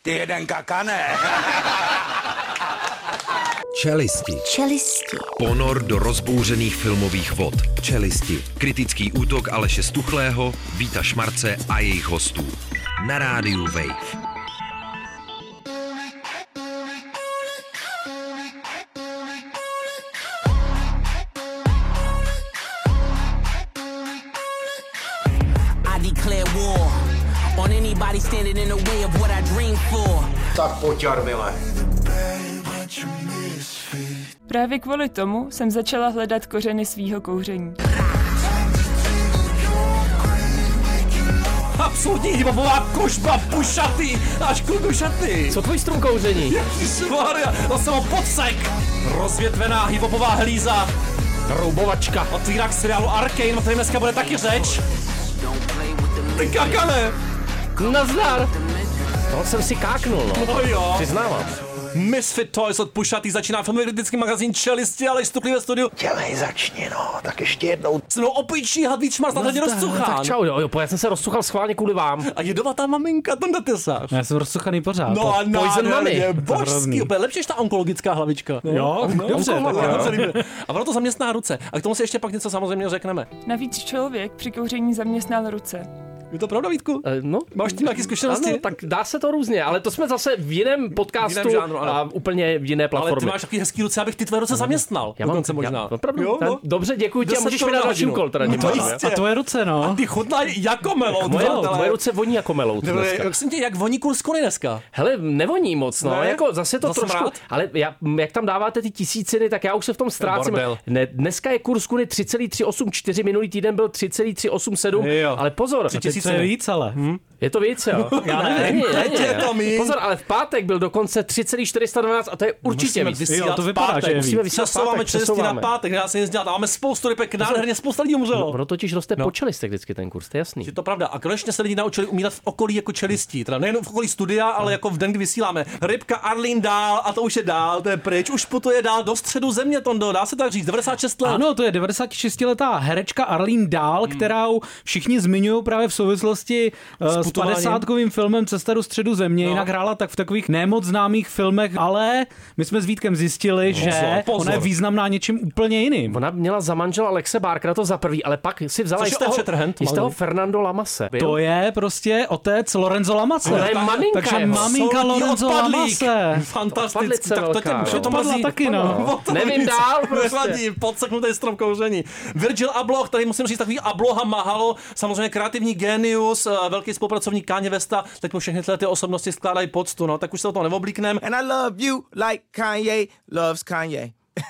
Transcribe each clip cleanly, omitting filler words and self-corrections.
Ty jeden kakane. Čelisti. Ponor do rozbouřených filmových vod. Čelisti. Kritický útok Aleše Stuchlého, Víta Šmarce a jejich hostů. Na rádiu Wave. Tak pojď, Jarmile. Právě kvůli tomu jsem začala hledat kořeny svýho kouření. Absolutní hiphopová kožba, pušatý, až klukušatý. Co tvůj strum kouření? Ježišmarja, to jsem ho podsek. Rozvětvená hiphopová hlíza. Roubovačka. Otvírák seriálu Arcane, o kterém dneska bude taky řeč. Ty kakane. Nazdar. Toho jsem si káknul, no. No jo. Přiznávám. Misfit Toys od Pušatý začíná filmový kritický magazín Čelisti, ale Stuchlý ve studiu. Dělej, začni, no, tak ještě jednou. Se mnou opičí Hadvík Šmarc na hradě rozcuchán. Tak čau, jo, já jsem se rozcuchal schválně kvůli vám. A jedovatá maminka, Tonda Tesař. Já jsem rozcuchaný pořád. No a nádherně, božský, hrozný. úplně lepší než ta onkologická hlavička. Jo, dobře. A ono to zaměstná ruce. A k tomu si ještě pak něco samozřejmě řekneme. Navíc člověk při kouření zaměstnal ruce. Je to pravda, Vítku? No. Máš tím nějaké zkušenosti? Ano, tak dá se to různě, ale to jsme zase v jiném podcastu, v jiném žánru, a úplně jiné platformy. Ale ty máš takový hezký ruce, abych ty tvoje ruce zaměstnal. Já mám možná. Opravdu? Jo, no. Dobře, děkuji ti a můžeš mi dát další úkol. A tvoje ruce, no. A ty chutnají jako melout. Moje ruce voní jako melout dneska. Jak voní kurskony dneska? Hele, nevoní moc, no, Ne? jako zase to To jsem trošku, rád. ale jak tam dáváte ty tisíciny, tak já už se v tom ztrácím. Bordel. Ne, dneska je kurz kuny 3,384, minulý týden byl 3,387, Jo. ale pozor, Teď to je víc, ale. je to víc, jo? Já nevím. Teď je to míň. Pozor, ale v pátek byl dokonce 3,412 a to je určitě víc. Jo, to vypadá, že je Musíme víc. vyslat Přesouváme pátek, čelisti na přesouváme. pátek, dá se nic dělat. Máme spoustu rypek, nádherně spousta lidí umřelo. Ono totiž roste po čelistech vždycky ten kurz, to je jasný. Je to pravda. A konečně se lidi naučili umírat v okolí jako čelistí. Teda nejen v okolí studia, ale jako v den, kdy vysíláme. Rybka Arlene dál, a to už je dál, to je pryč. Už putuje dál do středu země, Tondo, dá se tak říct, 96 let. Ano, to je 96letá herečka Arlene Dahl, kterou všichni zmiňují právě v souvislosti s putováním. 50kovým filmem Cesta do středu země. No. Jinak hrála tak v takových nemoc známých filmech, ale my jsme s Vítkem zjistili, že pozor. ona je významná něčím úplně jiným. Ona měla za manžela Lexe Barkera, to za prvý, ale pak si vzala Což je Shatterhand, jistého malý. Fernando Lamase. To je prostě otec Lorenzo Lamase. Ona je maminka Takže jeho. maminka Solidní Lorenzo odpadlík. Lamase. Fantasticky, Odpadlice tak to tě velká, může no. to Odpadla mrzí. taky, no. Nevím dál prostě. Nevadí, podseknutý strom kouření. Virgil Abloh, tady musím říct takový Abloha Mahalo, samozřejmě kreativní génius, velký spolupracovník Kanye Westa, teď mu všechny tyhle ty osobnosti skládají poctu, no, tak už se o toho neoblíknem. And I love you like Kanye loves Kanye.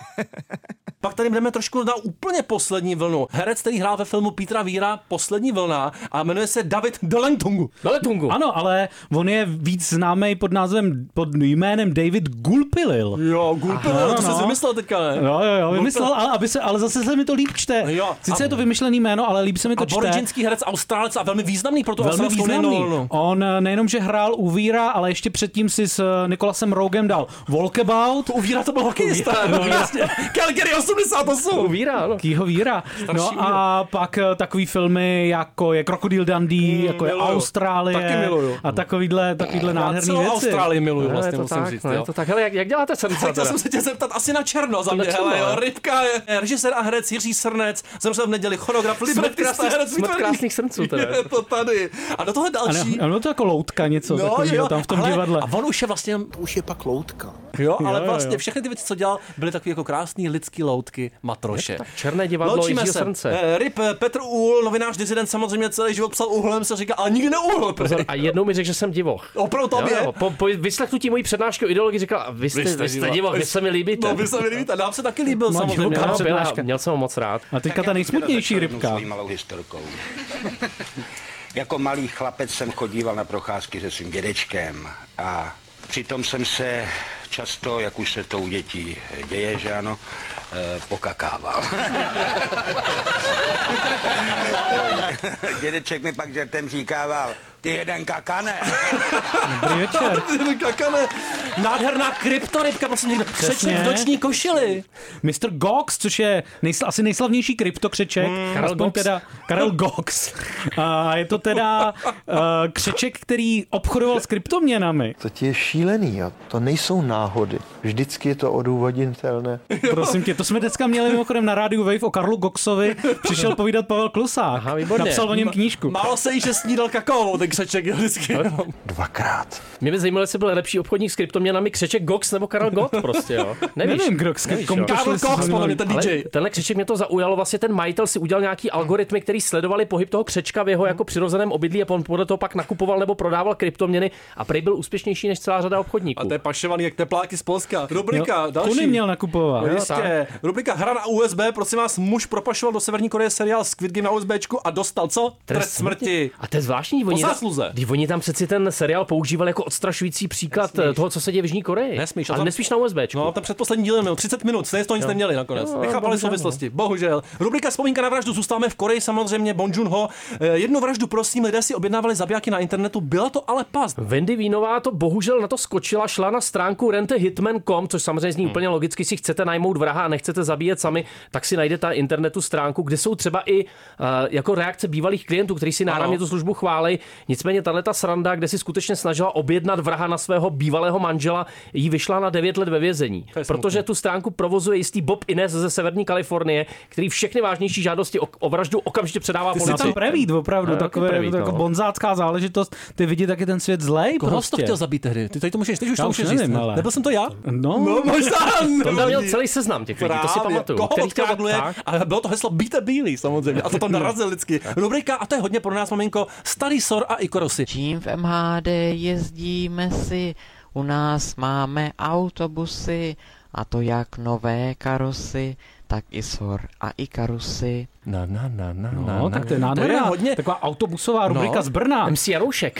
Pak tady jdeme trošku na úplně poslední vlnu. Herec, který hrál ve filmu Petra Weira Poslední vlna a jmenuje se David Delentungu. Deletungu. Ano, ale on je víc známý pod jménem David Gulpilil. Jo, Gulpilil, to no. jsi vymyslel teďka, ne? Jo, vymyslel, ale zase se mi to líp čte. Jo. Sice je to vymyšlený jméno, ale líp se mi to čte. Aboriginský herec Austrálec a velmi významný pro tu Velmi australskou významný. nejenom. On nejenom, že hrál u Víra, ale ještě předtím si s Nicolasem Rogem dal Walkabout. To u Víra to byl hokejista. Víra, No jasně. Calgary 88. Víra, ano. Kýho Víra. No a pak takový filmy, jako je Crocodile Dundee, jako je miluju. Austrálie. Taky miluju. A takovýhle nádherný Celou věci. Austrálii miluju, No, vlastně je to musím tak, říct. no, je Jo. to tak. Hele, jak děláte srdce Chtěl teda? jsem se tě zeptat asi na černo za mě, Na černo, hele, jo. jo. Rybka je režisér a herec Jiří Srnec, zemřel v neděli, choreograf, librettista, herec Smrt krásných srdců teda. Je to tady. A do toho další. Ano, to jako loutka něco takového tam v tom divadle. A on už je vlastně, Už je pak loutka. jo, ale jo, vlastně jo. všechny ty věci, co dělal, byly takový jako krásný lidský loutky Matroše. Černé divadlo Loučíme Jiřího se. Srnce. Ryb Petr Úhl, novinář disident, samozřejmě celý život psal úhlem, se říká, ale nikdy neuhl. A jednou mi řekl, že jsem divoch. Opravdu tobě. Jo, po vyslechnutí mojí přednášky o ideologii říkal, a vy jste divoch, vy se mi líbíte. No, vy se mi líbíte, nám se taky líbil No, samozřejmě. divoká Ano, byla, přednáška. měl jsem ho moc rád. A teďka ta nejsmutnější rybka. Svojí malou historkou. Jako malý chlapec jsem chodíval na procházky se svým dědečkem a přitom jsem se často, jak už se to u dětí děje, že ano, pokakával. Dědeček mi pak žertem říkával, ty jeden kakane. Dobrý večer. Kakane. Nádherná kryptorybka, prosím někdo. Křeček v noční košili. Mr. Gox, což je asi nejslavnější kryptokřeček. Karel Gox. A je to teda křeček, který obchodoval s kryptoměnami. To ti je šílený a to nejsou náhody. Vždycky je to odůvodnitelné. Prosím tě, to jsme dneska měli mimochodem na rádiu Wave o Karlu Goxovi. Přišel povídat Pavel Klusák. Aha, výborně. Napsal o něm knížku. Málo se jí, že snídal kakaovou, ten křeček je vždycky. Dvakrát. Mě by zajímalo, jestli byl lepší obchodník s kryptoměnami Křeček Gox nebo Karel Gott prostě, jo. Nevím, komu to Karel šli Cox, podle mě ten DJ. Tenhle Křeček mě to zaujalo, vlastně ten majitel si udělal nějaký algoritmy, který sledovali pohyb toho křečka v jeho jako přirozeném obydlí a on podle toho pak nakupoval nebo prodával kryptoměny a prej byl úspěšnější než celá řada obchodníků. A to je pašovaný jak tepláky z Polska. Rubrika další. Kuny měl nakupovat. No, jistě. Rubrika hra na USB, prosím vás, muž propašoval do Severní Koreje seriál Squid Game na USBčku a dostal co? Trest smrti. A to je zvláštní, oni tam přeci ten seriál používal jako odstrašující příklad toho, co se děje v Jižní Koreji. Nesmíš. Ale nesmíš na USBčku. No, ten předposlední díl měl 30 minut, stejně z toho nic neměli nakonec. Nechápali souvislosti. Bohužel. Rubrika Vzpomínka na vraždu, zůstáváme v Koreji samozřejmě, Bong Joon-ho. Jednu vraždu, prosím, lidé si objednávali zabijáky na internetu, byla to ale past. Wendy Vínová to bohužel na to skočila, šla na stránku rentehitman.com, což samozřejmě zní úplně logicky, si chcete najmout vraha a nechcete zabíjet sami, tak si najdete na internetu stránku, kde jsou třeba i jako reakce bývalých klientů, kteří si náramně tu službu chválí. Nicméně tato sranda, kde si skutečně snažila objednat vraha na svého bývalého manžela, jí vyšla na 9 let ve vězení, protože tu stránku provozuje jistý Bob Inez ze Severní Kalifornie, který všechny vážnější žádosti o vraždu okamžitě předává policii. Ty tam prevít opravdu, takové jako bonzácká záležitost. Ty vidí taky ten svět zlej. Koho prostě. jsi to chtěl zabít tehdy? Ty to můžeš, teď už Já to už můžeš nevím, říct. ale. Nebyl jsem to já? No, možná. To měl celý seznam těch lidí, to si pamatuju. Koho odkrágluje? A bylo to heslo Bíte bílý samozřejmě. A to tam narazil vždycky. Rubrika, a to je hodně pro nás, maminko, Starý sor a Ikorosy. Čím v MHD jezdíme si, u nás máme autobusy, a to jak nové karosy, tak i sor a Ikarusy. Tak to je nádherná. Hodně... Taková autobusová rubrika z Brna. MC Jaroušek.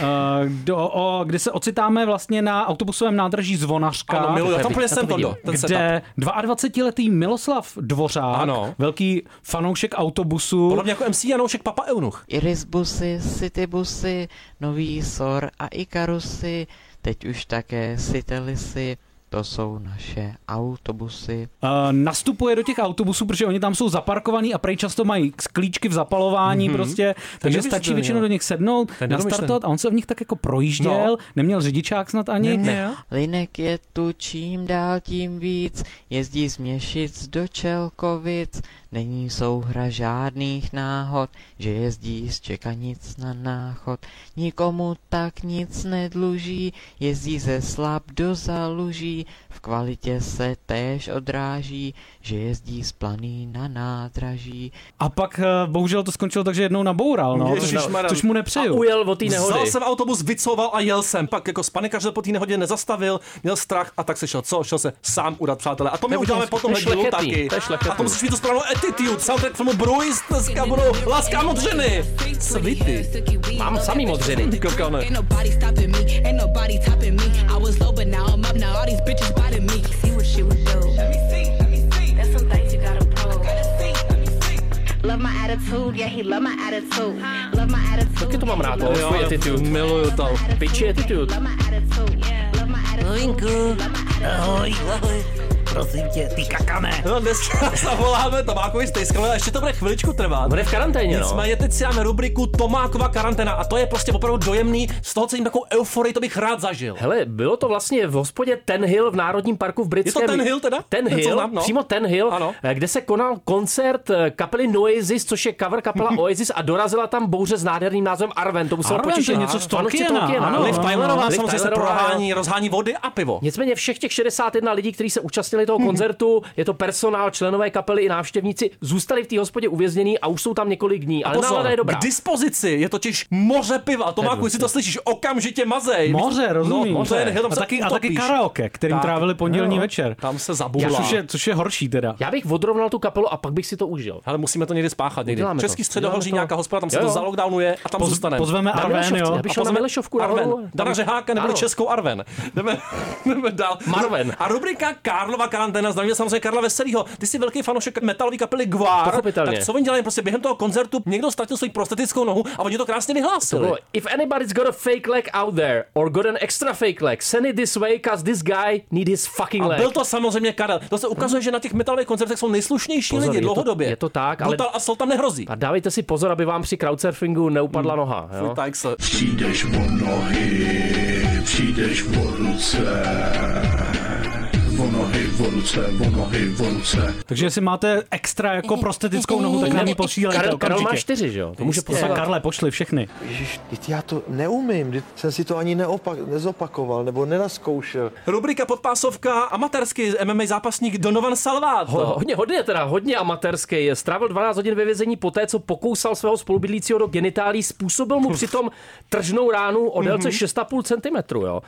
Kdy se ocitáme vlastně na autobusovém nádraží Zvonařka. Ano, miluji, tam plně jsem to. Kde 22letý Miloslav Dvořák, velký fanoušek autobusu. Podobně jako MC Janoušek Papa Eunuch. Irisbusy, Citybusy, nový sor a Ikarusy, teď už také Citelisy. To jsou naše autobusy. Nastupuje do těch autobusů, protože oni tam jsou zaparkovaný a prej často mají klíčky v zapalování prostě, takže stačí většinou do nich sednout, nastartovat a on se v nich tak jako projížděl, neměl řidičák snad ani. Linek je tu čím dál tím víc, jezdí z Měšic do Čelkovic, není souhra žádných náhod, že jezdí z Čekanic na Náchod. Nikomu tak nic nedluží, jezdí ze Slab do Zaluží, v kvalitě se též odráží, že jezdí z Planý na nádraží. A pak bohužel to skončilo tak, že jednou naboural, no, což mu nepřeju. A ujel od té nehody. Vzal jsem autobus, vycouval a jel jsem. Pak jako spanikařil po té nehodě, nezastavil, měl strach a tak se šel. Šel se sám udat, přátelé. A to my uděláme potom dílu taky. A to musíš mít tu správnou attitude. Soundtrack filmu Bruce, dneska budou Láska modřiny. Svity. Mám samý modřiny. Kokane. Taky to mám rád, tvůj attitude. Miluju to. Piči attitude. Ahoj. Prosím tě, ty kakane. No dneska zavoláme Tomákovi Stejskalovi a ještě to bude chviličku trvat. Bude v karanténě, no. Nicméně teď si dáme rubriku Tomákova karanténa a to je prostě opravdu dojemný, z toho cítím takovou euforii, to bych rád zažil. Hele, bylo to vlastně v hospodě Ten Hill v Národním parku v Britském. Je to Ten Hill teda? Ten Hill, přímo Ten Hill, ano. Kde se konal koncert kapely Oasis, což je cover kapela Oasis a dorazila tam bouře s nádherným názvem Arven. To muselo potěšit něco z Tolkiena. Ano, Liv Tylerová samozřejmě se rozhání vody a pivo. Nicméně všech těch 61 lidí, kteří se účastnili toho koncertu, je to personál, členové kapely i návštěvníci, zůstali v té hospodě uvěznění a už jsou tam několik dní. Ale nálada je dobrá. K dispozici je totiž moře piva. Tomáku, jestli to slyšíš, okamžitě mazej. Moře, rozumím. No, a taky karaoke, kterým trávili pondělní večer. Tam se zabula. Což je horší teda. Já bych odrovnal tu kapelu a pak bych si to užil. Ale musíme to někdy spáchat někdy. Český Středohoří, nějaká hospoda, tam se to zalockdownuje a tam zůstaneme. Pozveme Arven, jo. Já bych šel na Milešovku. Dana Řeháka nebo Českou Arven. Jdeme dál. Marven. A rubrika Karlova Karlova karanténa, zdravíme samozřejmě Karla Veselýho. Ty jsi velký fanoušek metalové kapely Gwar. Tak co oni dělali prostě během toho koncertu? Někdo ztratil svou prostetickou nohu a oni to krásně vyhlásili. If anybody's got a fake leg out there or got an extra fake leg, send it this way, cause this guy need his fucking leg. A byl to samozřejmě Karel. To se ukazuje, že na těch metalových koncertech jsou nejslušnější lidi dlouhodobě. Je to tak, ale Brutal Assault tam nehrozí. A dávejte si pozor, aby vám při crowdsurfingu neupadla noha, jo? Přijdeš o nohy, přijdeš o ruce. O ruce. Takže jestli máte extra jako prostetickou nohu, tak nám ji posílejte. Karel má 4, že jo? To může posílat. Karle, pošli všechny. Ježiš, já to neumím, jsem si to ani nezopakoval nebo nenaskoušel. Rubrika podpásovka, amatérský MMA zápasník Donovan Salvato. Hodně amatérský. Strávil 12 hodin ve vězení poté, co pokousal svého spolubydlícího do genitálí, způsobil mu přitom tržnou ránu o délce 6,5 cm. Jo.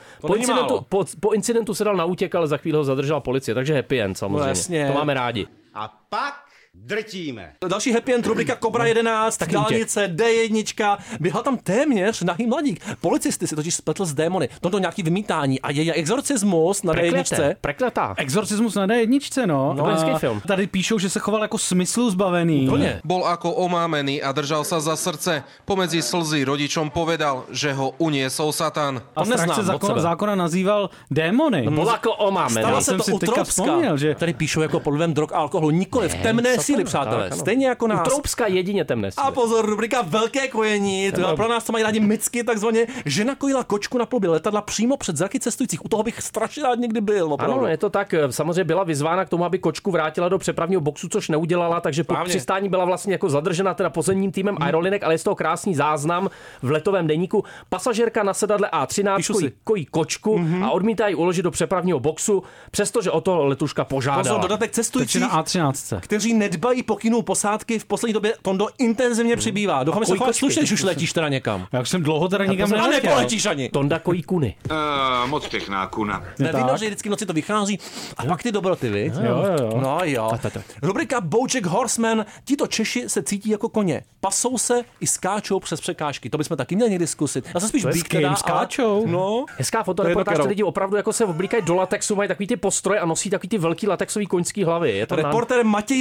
Po incidentu se dal na útěk, ale za chvíli ho zadržela policie, takže happy end samozřejmě. To máme rádi. A pak drtíme. Další happy end, rubrika Cobra 11, dálnice D1, běhal tam téměř nahý mladík. Policisty si totiž spletl s démony. Toto nějaký vymítání a je exorcismus na D1. Prekletá. Exorcismus na D1, no. Vojenský film. Tady píšou, že se choval jako smyslu zbavený. Bol ako omámený a držal sa za srdce. Pomedzi slzy rodičom povedal, že ho uniesol Satan. A strážce zákona nazýval démony. Bol ako omámený. Stalo se to u Troubska. Že... Tady píšou jako pod vlivem drog a alkoholu, nikoli v temné síly, přátelé. Stejně jako nás. U Troubska jedině temné síly. A pozor, rubrika Velké kojení. To pro nás, co mají rádi micky, takzvaně. Žena kojila kočku na palubě letadla přímo před zraky cestujících. U toho bych strašně rád někdy byl. Opravdu. Ano, je to tak. Samozřejmě byla vyzvána k tomu, aby kočku vrátila do přepravního boxu, což neudělala, takže po přistání byla vlastně jako zadržena teda pozemním týmem Aerolinek, ale je z toho krásný záznam v letovém deníku. Pasažérka na sedadle A13 kojí kočku a odmítá ji uložit do přepravního boxu, přestože o to letuška požádala. Pozor, dodatek cestujících, na A13. kteří nedbají pokynů posádky, v poslední době Tondo intenzivně přibývá. Doufám, že se chováš slušně, když už letíš teda někam. Já už jsem dlouho teda nikam neletěl. Nepoletíš ani. Tonda kojí kuny. Moc pěkná kuna. Ve Vinoři vždycky v noci to vychází a pak ty dobroty, viď? Jo. No jo. Rubrika BoJack Horseman. Tito Češi se cítí jako koně. Pasou se i skáčou přes překážky. To bychom taky měli někdy zkusit. Já se spíš být teda, skáčou. No. Hezká fotoreportáž, lidi opravdu jako se oblíkají do latexu, mají takový ty postroje a nosí takový ty velký latexový koňský hlavy. Je to reporter Matěj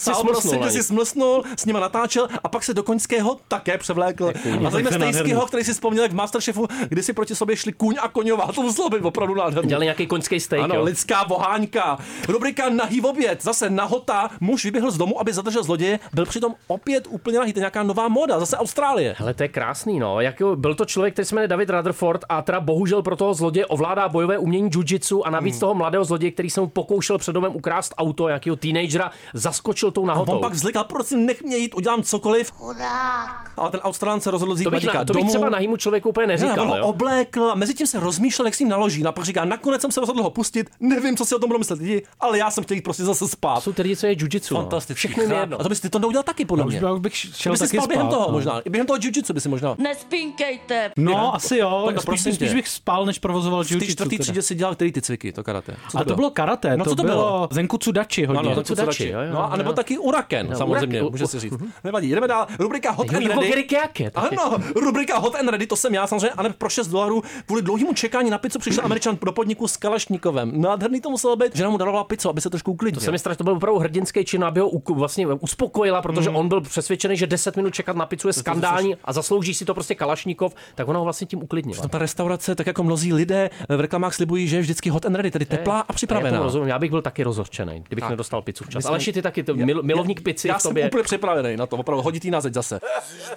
smlsnul, s nima natáčel a pak se do koňského také převlékl. A zajímavé Stejského, který si vzpomněl jak v Masterchefu, kdy si proti sobě šli kůň a koňová. To muselo být opravdu nádherné. Dělali nějaký koňský steak. Ano, lidská vohánka. Rubrika Nahý oběd. Zase nahota. Muž vyběhl z domu, aby zadržel zloděje. Byl přitom opět úplně nahý. To je nějaká nová móda. Zase Austrálie. Hele, to je krásný, no. Byl to člověk, který se jmenuje David Rutherford a teda bohužel pro toho zloděje ovládá bojové umění jiu-jitsu a navíc toho mladého zloděje, který se mu pokoušel před domem ukrást auto, jakýho teenagera, zaskočil tou nahotou. A on pak vzlikal, prosím, nech mě jít, udělám cokoliv. Chudák. Ale ten Australán se rozhodl vzít to bych třeba nahýmu člověku úplně neříkal. On ho oblékl a mezi tím se rozmýšlel, jak s ním naloží. A pak říká, nakonec jsem se rozhodl ho pustit. Nevím, co si o tom budou myslet lidi, ale já jsem chtěl jít prostě zase spát. Jsou tedy, co je jiu-jitsu. Fantasticky. Všechno jedno. A to bys ty to neudělal taky podle mě. Já bych šel taky spát. Během toho možná. I během toho jiu-jitsu by si možná. Nespínkejte. No, asi jo. Spíš bych spal, než provozoval jiu-jitsu. V té čtvrtý třídě si dělal který ty cviky, to karate. A to bylo karate. No co to bylo? Zenkutsu dachi hodně. Ano, Zenkutsu. No, a nebo taky uraken, samozřejmě, může si říct. Nevadí, jdeme dál. Rubrika Hot and Ready. Ano, rubrika Hot and Ready, to jsem já samozřejmě, ale pro $6 kvůli dlouhému čekání na pizzu přišel Američan do podniku s Kalašníkovem. Nádherný to muselo být, že nám mu darovala pizzu, aby se trošku uklidnil. To se mi strašně, to byl opravdu hrdinský čin, aby ho vlastně uspokojila, protože on byl přesvědčený, že 10 minut čekat na pizzu je skandální a zaslouží si to prostě Kalašníkov, tak ona ho vlastně tím uklidnila. Ta restaurace, tak jako mnozí lidé v reklamách slibují, že je vždycky hot and ready, tedy teplá a připravená. Já bych byl taky rozhořčený, kdybych nedostal pizzu včas. Ale ty taky milovník pizzy v tobě. Já jsem úplně připravený na to, opravdu hodit jí na zeď zase.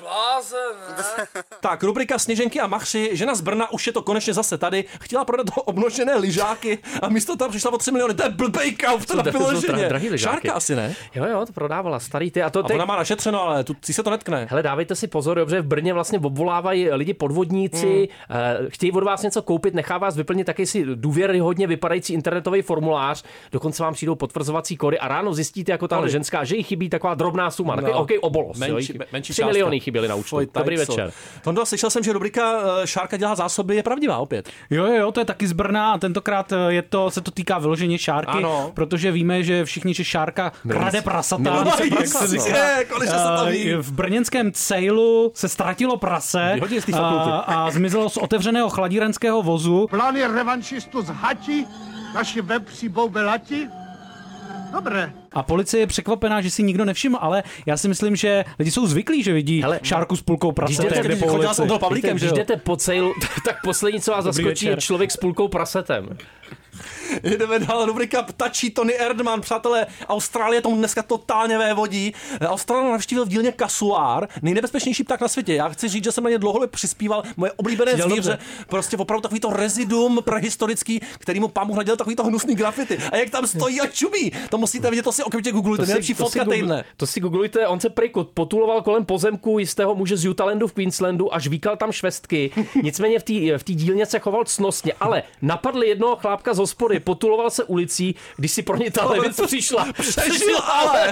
Tak, rubrika Sněženky a Machři. Žena z Brna, už je to konečně zase tady. Chtěla prodat obnožené lyžáky a místo tam přišla o 3 miliony. To je blbej kauf, to na vyloženě. Šárka asi ne? Jo, to prodávala starý ty. A ona má našetřeno, ale tu si se to netkne. Hele, dávejte si pozor, dobře, v Brně vlastně obvolávají lidi podvodníci, chtějí od vás něco koupit, nechá vás vyplnit taky si důvěryhodně vypadající internetový formulář, dokonce vám přijdou potvrzovací kódy a ráno zjistíte jako tahle ženská, že jí chybí taková drobná suma. Takový okej obolos. Menší 3 miliony chyběly na účtu. Dobrý večer. Tondo, slyšel jsem, že rubrika Šárka dělá zásoby je pravdivá opět. Jo, to je taky z Brna a tentokrát se to týká vyloženě Šárky, protože víme, že všichni, že Šárka krade prasata. V brněnském Cejlu se ztratilo prase a zmizelo z otevřeného chladírenského vozu. Plány revanšistu z Hati, naši web si boubelati, Dobré. A policie je překvapená, že si nikdo nevšiml, ale já si myslím, že lidi jsou zvyklí, že vidí šárku s půlkou prasete. Když jdete po cejlu, tak poslední, co vás zaskočí, je člověk s půlkou prasetem. Jdeme dál, rubrika Ptačí Tony Erdmann. Přátelé, Austrálie tomu dneska totálně vévodí. Austrálii navštívil v dílně kasuár, nejnebezpečnější pták na světě. Já chci říct, že jsem na ně dlouho přispíval. Moje oblíbené zvíře, prostě opravdu takovýto rezidum prehistorický, kterýmu pán Bůh nadělal takovýto hnusný grafity. A jak tam stojí a čumí, to musíte vidět, to si okamžitě googlujte. Nejlepší fotka týdne. To si googlujte, on se prej potuloval kolem pozemku jistého muže z Utalandu v Queenslandu a žvíkal tam švestky. Nicméně v té dílně se choval ctnostně, ale napadli jednoho chlápka z hospody, potuloval se ulicí, když si pro ně ta věc přišla. Přežil, ale!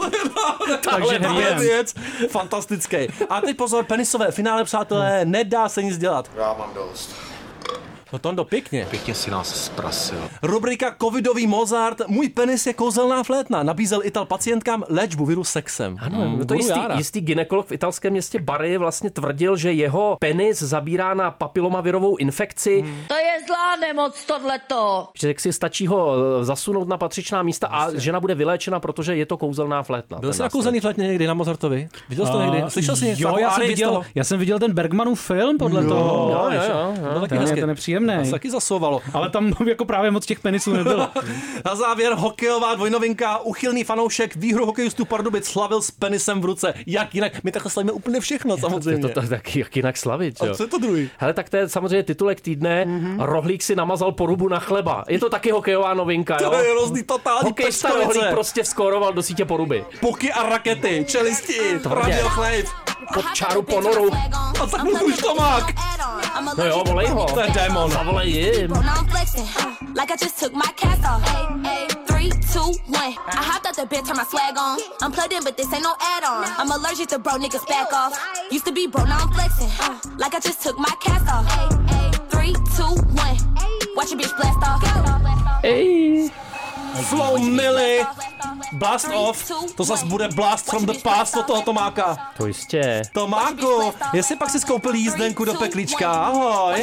Takže věc fantastický. A teď pozor, penisové finále, přátelé, nedá se nic dělat. Já mám dost. No Tondo, pěkně. Pěkně si nás zprasil. Rubrika Covidový Mozart. Můj penis je kouzelná flétna. Nabízel Ital pacientkám léčbu viru sexem. Ano, to jistý gynekolog v italském městě Bari vlastně tvrdil, že jeho penis zabírá na papilomavirovou infekci. To je zlá nemoc tohleto. Že si stačí ho zasunout na patřičná místa a žena bude vyléčena, protože je to kouzelná flétna. Byl jsi na kouzelný flétně někdy na Mozartovi? Viděl jsi to někdy? Slyšel jsi něco? Jo, já jsem viděl ten Bergmanův film podle toho. Jo. Příjemný. Taky zasovalo. Ale tam jako právě moc těch penisů nebylo. Na závěr hokejová dvojnovinka. Uchylný fanoušek výhru hokejistů Pardubic slavil s penisem v ruce. Jak jinak? My takhle slavíme úplně všechno, samozřejmě. To tak jak jinak slavit, jo. A co je to druhý? Hele, tak to je samozřejmě titulek týdne. Rohlík si namazal porubu na chleba. Je to taky hokejová novinka, jo. To je hrozný totální hokejista Rohlík prostě vskóroval do sítě poruby. Puky a rakety, čelisti, Radio Chlejv. Pod čáru ponoru. A tak už to mák. No jo, volej ho. To je démon. Zavolej jim. Like I just took my cast off. 3, 2, 1. I hopped out the bed, turn my swag on. I'm plugged in, but this ain't no add-on. I'm allergic to bro niggas back off. Used to be bro, now I'm flexing. Like I just took my cast off. 3, 2, 1. Watch your bitch blast off. Ej. Flow Milli, Blast Off, to zas bude Blast from the Past od toho Tomáka. To jistě. Tomáku, jestli pak si skoupil jízdenku do Peklička, ahoj.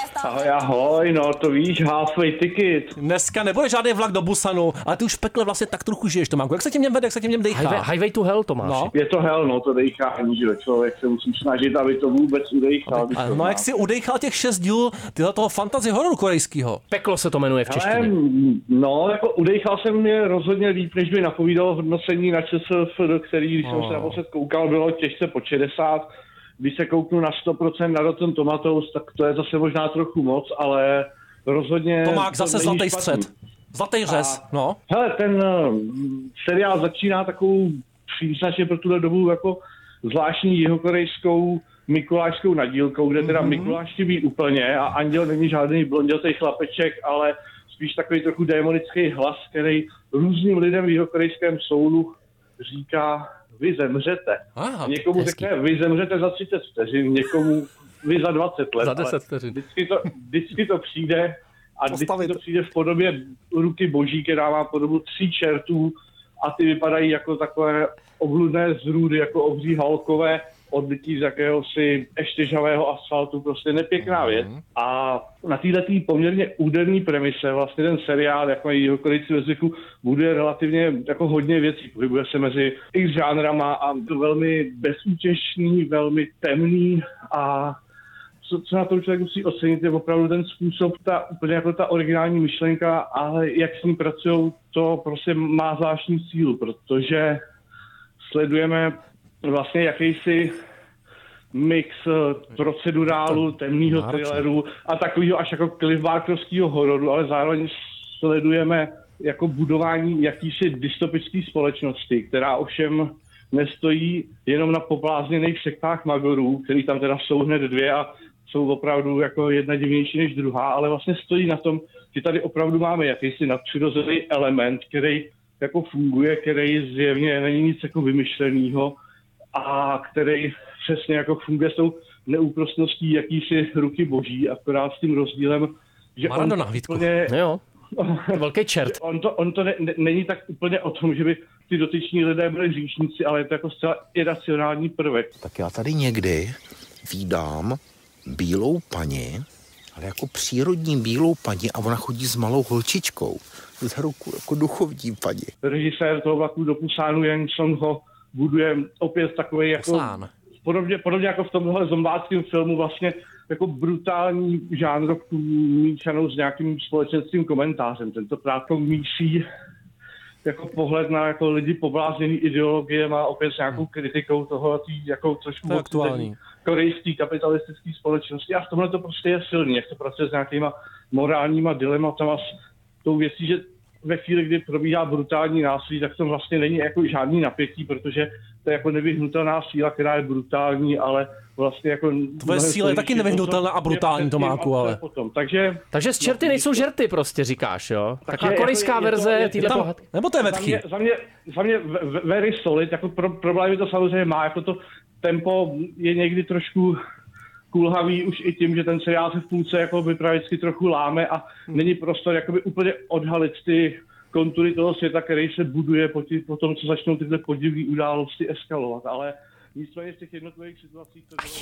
Ahoj, no to víš, halfway ticket. Dneska nebude žádný vlak do Busanu, ale ty už v pekle vlastně tak trochu žiješ, Tomáku. Jak se tím vede, jak se tím dejchá? Highway to hell, Tomáš. No. Je to hell, no to dejchání, že člověk se musí snažit, aby to vůbec udejchal. No jak si udejchal těch 6 dílů toho fantasy hororu korejského? Peklo se to jmenuje v češtině. No, jako udejchal jsem je rozhodně líp, než mi napovídalo hodnocení na ČSF, který, když jsem se naposled koukal, bylo těžce po 60. Když se kouknu na 100% na Rotten Tomatoes, tak to je zase možná trochu moc, ale rozhodně... Tomák, zase zlatý střed. Zlatý řez, no. Hele, ten seriál začíná takovou příznačně pro tuhle dobu jako zvláštní jihokorejskou mikulášskou nadílkou, kde teda Mikuláš chybí úplně a Anděl není žádný blondětej chlapeček, ale spíš takový trochu démonický hlas, který různým lidem v jihokorejském soulu říká, vy zemřete. Někomu řekne, vy zemřete za 30 vteřin, někomu vy za 20 let. Za 10 vteřin. Vždycky to přijde a vždycky to přijde v podobě ruky boží, která má podobu 3 čertů a ty vypadají jako takové obludné zrůdy, jako obří halkové odbytí z jakéhosi eštěžavého asfaltu, prostě nepěkná věc. A na této poměrně úderný premise vlastně ten seriál, jak mají jihokorejci ve zvyku, bude relativně jako hodně věcí. Pohybuje se mezi x žánrama a to velmi bezútěšný, velmi temný a co na tom člověk musí ocenit, je opravdu ten způsob, úplně jako ta originální myšlenka, ale jak s ní pracují, to prostě má zvláštní sílu, protože sledujeme vlastně jakýsi mix procedurálu, temného thrilleru a takového až jako cliffbarkerovského hororu, ale zároveň sledujeme jako budování jakýsi dystopické společnosti, která ovšem nestojí jenom na poblázněných sektách magorů, který tam teda jsou hned 2 a jsou opravdu jako jedna divnější než druhá, ale vlastně stojí na tom, že tady opravdu máme jakýsi nadpřirozený element, který jako funguje, který zjevně není nic jako vymyšlenýho a který přesně jako funguje s tou neúprostností jakýsi ruky boží, akorát s tím rozdílem, že Maradona, úplně... Jo, velký čert. On to není tak úplně o tom, že by ty dotyční lidé byli hříšníci, ale je to jako zcela iracionální prvek. Tak já tady někdy vídám bílou paní ale jako přírodní bílou paní a ona chodí s malou holčičkou za ruku, jako duchovní paní. Režisér toho Vlaku do Pusánu Jansson ho buduje opět takový jako podobně jako v tomhle zombáckém filmu vlastně jako brutální žánrovku míchanou s nějakým společenským komentářem. Tentokrát to mísí jako pohled na jako lidi poblázněný ideologie a opět s nějakou kritikou toho, jako trošku korejské kapitalistické společnosti. A v tomhle to prostě je silný, jak to pracuje s nějakýma morálníma dilematama, s tou věcí, že ve chvíli, kdy probíhá brutální násilí, tak to vlastně není jako žádný napětí, protože to je jako nevyhnutelná síla, která je brutální, ale vlastně jako... Tvoje síla je taky nevyhnutelná a brutální, Tomáku, ale... Takže z čerty nejsou žerty prostě, říkáš, jo? Taková korejská verze týhle pohádky. Nebo to je vetchy? Za mě very solid, jako problémy to samozřejmě má, jako to tempo je někdy trošku kulhavý už i tím, že ten seriál se v půlce jako vypravěcky trochu láme a není prostor jakoby úplně odhalit ty kontury toho světa, který se buduje po tom, co začnou tyhle podivné události eskalovat, ale nicméně v těch jednotlivých situacích to bylo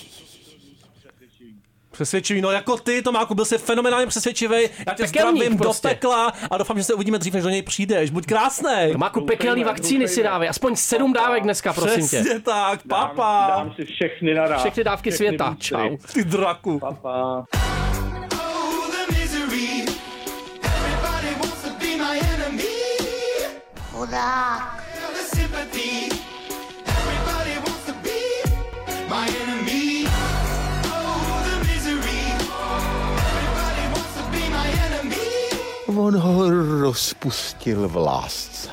přesvědčivý, no jako ty, Tomáku, byl jsi fenomenálně přesvědčivý. Já tě zdravím prostě do pekla a doufám, že se uvidíme dřív, než do něj přijdeš. Buď krásnej. Tomáku, pekelný vakcíny si dávej, aspoň 7 dávek dneska, prosím tě. Přesně tak, papa. Dám si všechny naraz. Všechny dávky světa. Čau. Ty draku. Papa. Chudák. On ho rozpustil v lásce.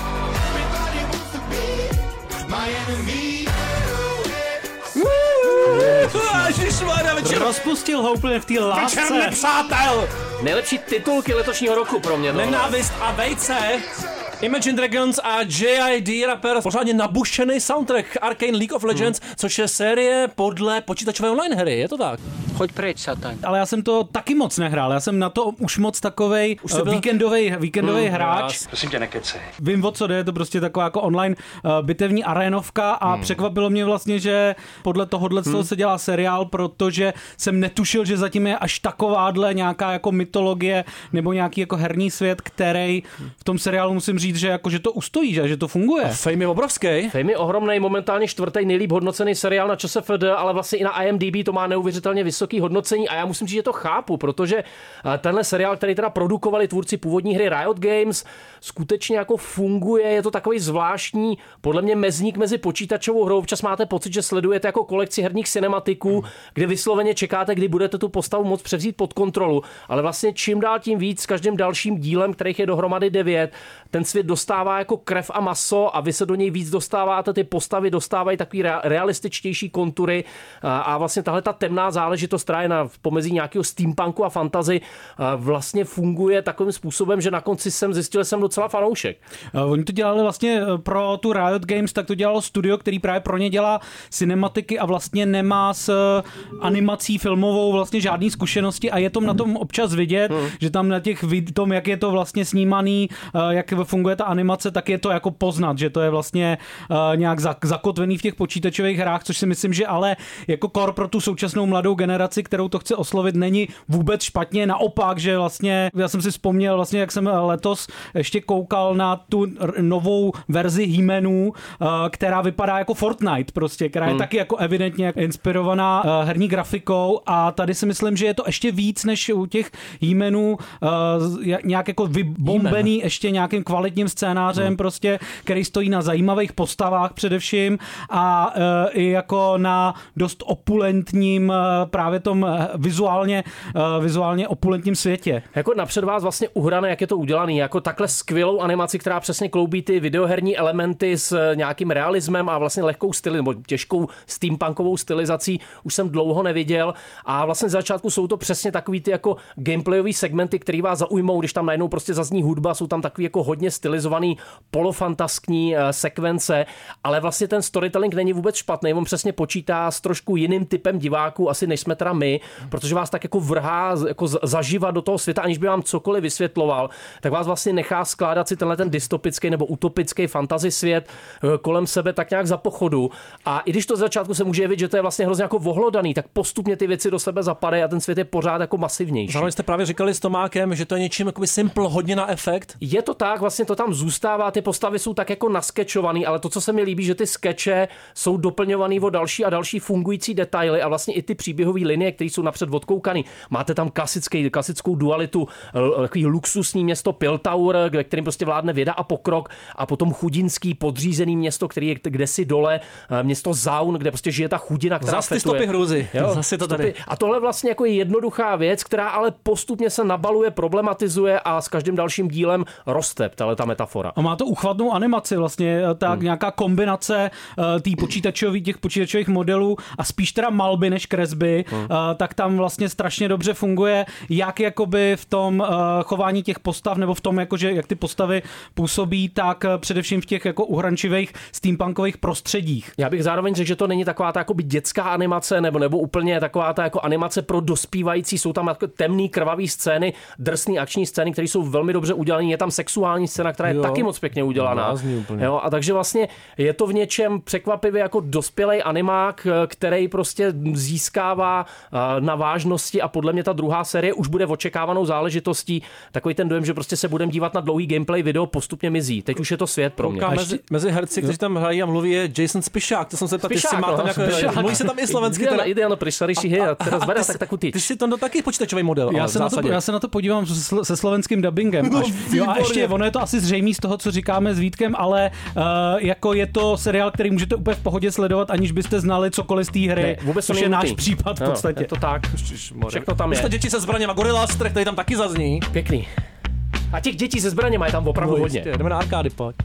Rozpustil ho úplně v té lásce. Večer nepřátel! Nejlepší titulky letošního roku pro mě. Nenávist a vejce. Imagine Dragons a J.I.D. rapper, pořádně nabušený soundtrack Arcane League of Legends, což je série podle počítačové online hry, je to tak? Choď pryč, satan. Ale já jsem to taky moc nehrál, já jsem na to už moc takovej víkendový hráč. Prosím tě, nekecej. Vím, o co jde, je to prostě taková jako online bitevní arénovka a překvapilo mě vlastně, že podle tohohle se dělá seriál, protože jsem netušil, že zatím je až takováhle nějaká jako mytologie nebo nějaký jako herní svět, který v tom seriálu musím říct, že jako, že to ustojí, že to funguje. A fame je obrovský. Fame je ohromnej, momentálně 4. nejlíp hodnocený seriál na ČSFD, ale vlastně i na IMDb to má neuvěřitelně vysoký hodnocení a já musím říct, že to chápu, protože tenhle seriál, který teda produkovali tvůrci původní hry Riot Games, skutečně jako funguje, je to takový zvláštní, podle mě mezník mezi počítačovou hrou, občas máte pocit, že sledujete jako kolekci herních cinematiků, kde vysloveně čekáte, kdy budete tu postavu moc převzít pod kontrolu, ale vlastně čím dál tím víc s každým dalším dílem, kterých je dohromady 9, ten svět dostává jako krev a maso a vy se do něj víc dostáváte, ty postavy dostávají takový realističtější kontury a vlastně tahle ta temná záležitost, která je na pomezí nějakého steampunku a fantasy, vlastně funguje takovým způsobem, že na konci jsem zjistil, že jsem docela fanoušek. Oni to dělali vlastně pro tu Riot Games, tak to dělalo studio, který právě pro ně dělá cinematiky a vlastně nemá s animací filmovou vlastně žádný zkušenosti a je to na tom občas vidět, že tam na těch tom, jak je to vlastně snímaný, jak funguje ta animace, tak je to jako poznat, že to je vlastně nějak zakotvený v těch počítačových hrách, což si myslím, že ale jako core pro tu současnou mladou generaci, kterou to chce oslovit, není vůbec špatně, naopak, že vlastně, já jsem si vzpomněl vlastně, jak jsem letos ještě koukal na tu novou verzi He-Manů, která vypadá jako Fortnite prostě, která je taky jako evidentně inspirovaná herní grafikou a tady si myslím, že je to ještě víc než u těch He-Manů nějak jako vybombený ještě nějakým kvalitním scénářem prostě, který stojí na zajímavých postavách především a i jako na dost opulentním právě tom vizuálně opulentním světě. Jako napřed vás vlastně uhrané, jak je to udělaný, jako takhle skvělou animaci, která přesně kloubí ty videoherní elementy s nějakým realismem a vlastně lehkou styli, nebo těžkou steampunkovou stylizací už jsem dlouho neviděl a vlastně z začátku jsou to přesně takový ty jako gameplayový segmenty, který vás zaujmou, když tam najednou prostě zazní hudba, jsou tam takový jako hodně stylizovaný polofantaskní sekvence, ale vlastně ten storytelling není vůbec špatný, on přesně počítá s trošku jiným typem diváků, asi než jsme teda teda my, protože vás tak jako vrhá jako zaživa do toho světa, aniž by vám cokoliv vysvětloval, tak vás vlastně nechá skládat si tenhle ten dystopický nebo utopický fantasy svět kolem sebe tak nějak za pochodu. A i když to z začátku se může jevit, že to je vlastně hrozně jako ohlodaný, tak postupně ty věci do sebe zapadají a ten svět je pořád jako masivnější. Zároveň jste právě říkali s Tomákem, že to je něčím jakoby simple, hodně na efekt. Je to tak, vlastně to tam zůstává, ty postavy jsou tak jako naskečovaný, ale to, co se mi líbí, že ty skeče jsou doplňovaný o další a další fungující detaily a vlastně i ty příběhové linie, které jsou napřed odkoukaný. Máte tam klasickou dualitu, takový luxusní město Piltover, ve kterém prostě vládne věda a pokrok, a potom chudinský podřízený město, který je kdesi dole, město Zaun, kde prostě žije ta chudina, která Zas ty stopy hrůzy. Zase to tady. A tohle vlastně jako je jednoduchá věc, která ale postupně se nabaluje, problematizuje a s každým dalším dílem roste ta metafora. A má to uchvatnou animaci vlastně, tak nějaká kombinace těch počítačových modelů a spíš teda malby než kresby, tak tam vlastně strašně dobře funguje, jak jakoby v tom chování těch postav, nebo v tom, jakože, jak ty postavy působí, tak především v těch jako uhrančivých steampunkových prostředích. Já bych zároveň řekl, že to není taková ta jakoby dětská animace, nebo úplně taková ta jako animace pro dospívající, jsou tam jako temný krvavý scény, drsný akční scény, které jsou velmi dobře udělané, je tam sexuální scéna, která je taky moc pěkně udělaná. Jo, a takže vlastně je to v něčem překvapivě jako dospělej animák, který prostě získává na vážnosti a podle mě ta druhá série už bude očekávanou záležitostí. Takový ten dojem, že prostě se budeme dívat na dlouhý gameplay video, postupně mizí. Teď už je to svět pro mě. Mezi herci, kteří tam hrají a mluví, je Jason Spišák. To jsem se ptal, jestli má tam nějaké... Mluví se tam i slovensky. Ideálno prišariši je a teraz vede tak takú tyč. Ty si tam taky počítačový model. Já se na to podívám se slovenským dubbingem. A ještě ono je to asi zřejmé z toho, co říkáme s Vítkem, ale jako je to seriál, který můžete úplně v pohodě sledovat, aniž byste znali cokoliv z té hry. Ne, vůbec což je náš případ v podstatě. Je to tak. Všechno tam je. Děti se zbraněma, Gorilla Strike, tady tam taky zazní. Pěkný. A těch dětí se zbraněma je tam opravdu hodně. Jdeme na arkády, pojď.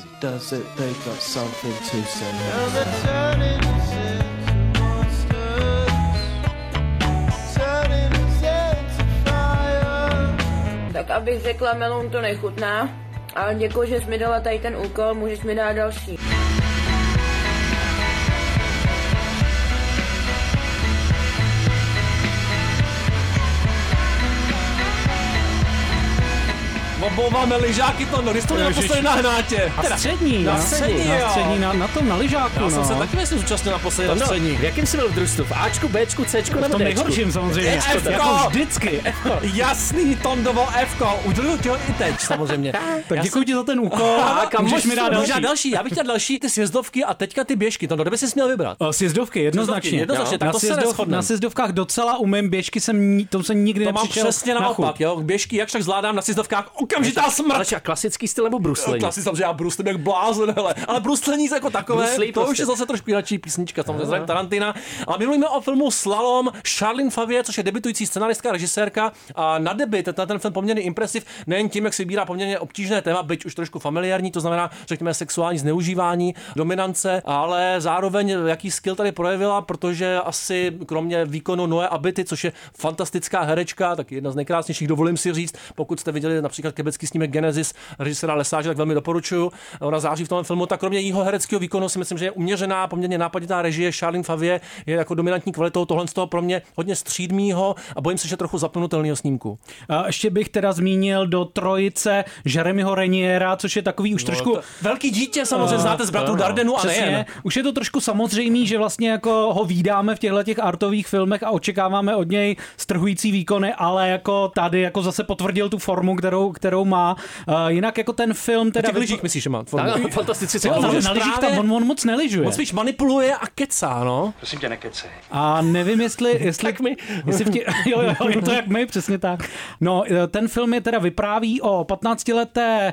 Tak abych řekla, meloun to nechutná, ale děkuji, že jsi mi dala tady ten úkol, můžeš mi dát další. Obouváme lyžáky, to když to naposledy na hnátě. Na střední, na tom na lyžáku. Já jsem se taky myslím zúčastnil naposledy na střední. V jakém jsi byl v družstvu? V Ačku, Bčku, Cčku nebo Dčku? V tom nejhorším samozřejmě. Jako vždycky. Jasný, Tondovo Fko. Udržu ti ho i teď samozřejmě. Tak děkuji ti za ten úkol. Můžeš mi dát další. Já bych chtěl další ty sjezdovky a teďka ty běžky. Tondo, kde bys si měl vybrat? Sjezdovky, jednoznačně. Na sjezdovkách docela umím, běžky jsem nikdy nepřišel. To mám přesně naopak, jo. Běžky jak však zvládám na sjezdovkách. Okamžitá smrt. Ale klasický styl nebo bruslení? Klasický, samozřejmě já bruslím jak blázen, hele. Ale bruslení jako takové, to prostě. Už je zase trošku jináčí písnička, samozřejmě zdravím Tarantina. Ale my mluvíme o filmu Slalom Charlene Favie, což je debutující scenaristka, režisérka, a na debut ten film poměrně impresiv, nejen tím, jak si vybírá poměrně obtížné téma, byť už trošku familiární, to znamená, řekněme, sexuální zneužívání, dominance, ale zároveň jaký skill tady projevila, protože asi kromě výkonu Noé Abity, což je fantastická herečka, tak jedna z nejkrásnějších, dovolím si říct, pokud jste viděli například kebecký snímek Genesis režiséra Lesáže, tak velmi doporučuju. Ona září v tom filmu, tak kromě jeho hereckého výkonu si myslím, že je uměřená, poměrně nápaditá režie. Charlene Favie je jako dominantní kvalitou tohle z toho pro mě hodně střídmýho a bojím se, že trochu zapnutelného snímku. A ještě bych teda zmínil do trojice Jeremyho Reniera, což je takový už trošku velký dítě, samozřejmě znáte z Bratrů Dardenu a nejen. Už je to trošku samozřejmý, že vlastně jako ho vídáme v těchto artových filmech a očekáváme od něj strhující výkony, ale jako tady jako zase potvrdil tu formu, kterou má. Jinak jako ten film teda... Na těch lyžích myslíš, že má formu? Fantasticky. Na lyžích tam on moc nelyžuje. On spíš manipuluje a kecá, no. Prosím tě, nekecej. A nevím, jestli jo, je to jak my, přesně tak. No, ten film je teda vypráví o 15leté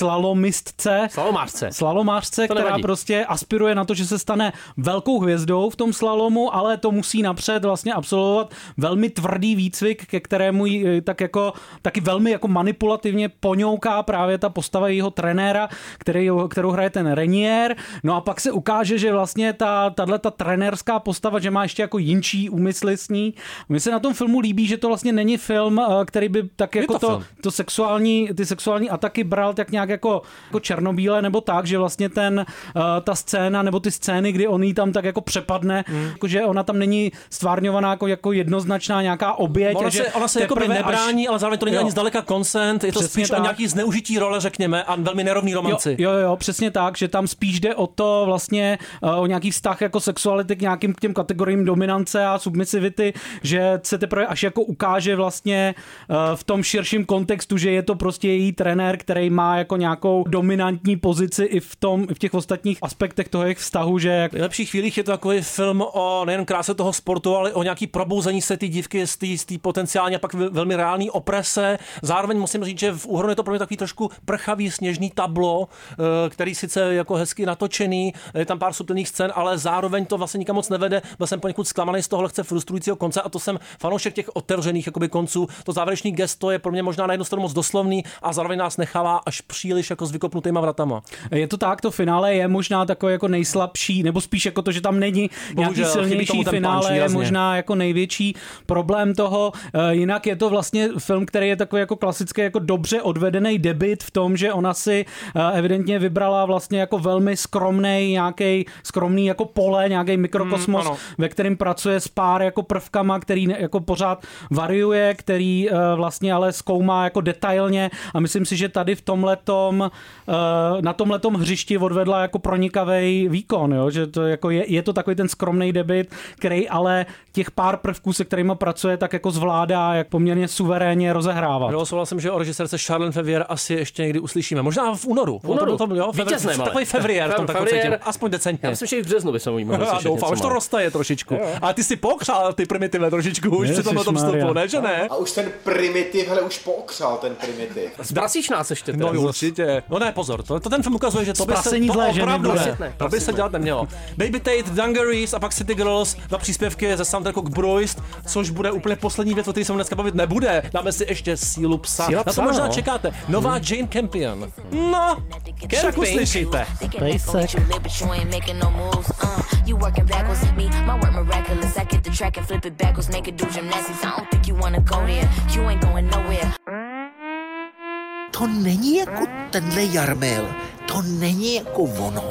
slalomářce, která prostě aspiruje na to, že se stane velkou hvězdou v tom slalomu, ale to musí napřed vlastně absolvovat velmi tvrdý výcvik, ke kterému taky velmi jako manipulativně poňouká právě ta postava jejího trenéra, kterou hraje ten Renier. No a pak se ukáže, že vlastně tato trenérská postava, že má ještě jako jinčí úmysly s ní. Mně se na tom filmu líbí, že to vlastně není film, který by tak jako ty sexuální ataky bral tak nějak jako černobíle nebo tak, že vlastně ta scéna nebo ty scény, kdy on jí tam tak jako přepadne, jako že ona tam není stvárňovaná jako jednoznačná nějaká oběť. Ona se jako by nebrání, ale zároveň to není ani zdaleka consent, je to spíš o nějaký zneužití role, řekněme, a velmi nerovný romanci. Jo, přesně tak, že tam spíš jde o to vlastně o nějaký vztah jako sexuality k nějakým těm kategoriím dominance a submisivity, že se teprve až jako ukáže vlastně v tom širším kontextu, že je to prostě její trenér, který má jako nějakou dominantní pozici i v těch ostatních aspektech toho jejich vztahu, že v lepších chvílích je to takový film o nejen kráse toho sportu, ale o nějaký probouzení se té dívky z té potenciálně a pak velmi reální oprese. Zároveň musím říct, že v úhrnu je to pro mě takový trošku prchavý sněžný tablo, který sice jako hezky natočený, je tam pár subtilních scén, ale zároveň to vlastně nikam moc nevede. Byl jsem poněkud zklamaný z toho lehce frustrujícího konce a to jsem fanoušek těch otevřených jakoby konců. To závěrečný gesto je pro mě možná na jednu stranu moc doslovný a zároveň nás nechává až příliš jako s vykopnutýma vratama. Je to tak, to finále je možná takový jako nejslabší, nebo spíš jako to, že tam není nějaký silnější finále, je možná jako největší problém toho. Jinak je to vlastně film, který je takový jako klasický jako dobře odvedený debut v tom, že ona si evidentně vybrala vlastně jako velmi skromný jako pole, nějaký mikrokosmos, ve kterém pracuje s pár jako prvkama, který jako pořád variuje, který vlastně ale zkoumá jako detailně a myslím si, že tady na tomhletom hřišti odvedla jako pronikavý výkon, jo? Že to jako je to takový ten skromný debut, který ale těch pár prvků, se kterými pracuje, tak jako zvládá jak poměrně suverénně rozehrávat. Jo, souhlasím, že o režisérce Charlene Février asi ještě někdy uslyšíme. Možná v únoru. Vítězné, takový Février v tom takovém cítím. Aspoň decentně. Já myslím, že i v březnu by se mohli doufám, už to roztaje trošičku. Ale ty si pokřál ty primitivy trošičku už při tom vstupu, ne, že ne? A už ten primitiv, už pokřál ten primitiv. Zbrasíš nás ještě No určitě. No ne, pozor, to ten film ukazuje, že to by se opravdu to by se dělat nemělo. Baby Tate, Dungarees a pak City Girls, dva příspěvky ze soundtracku k Bruised, což bude úplně poslední věc, o které se dneska bavit nebude. Dáme si ještě Sílu psa. Na to možná čekáte. Nová Jane Campion. No, však uslyšíte. To není jako tenhle Jarmil. To není jako ono.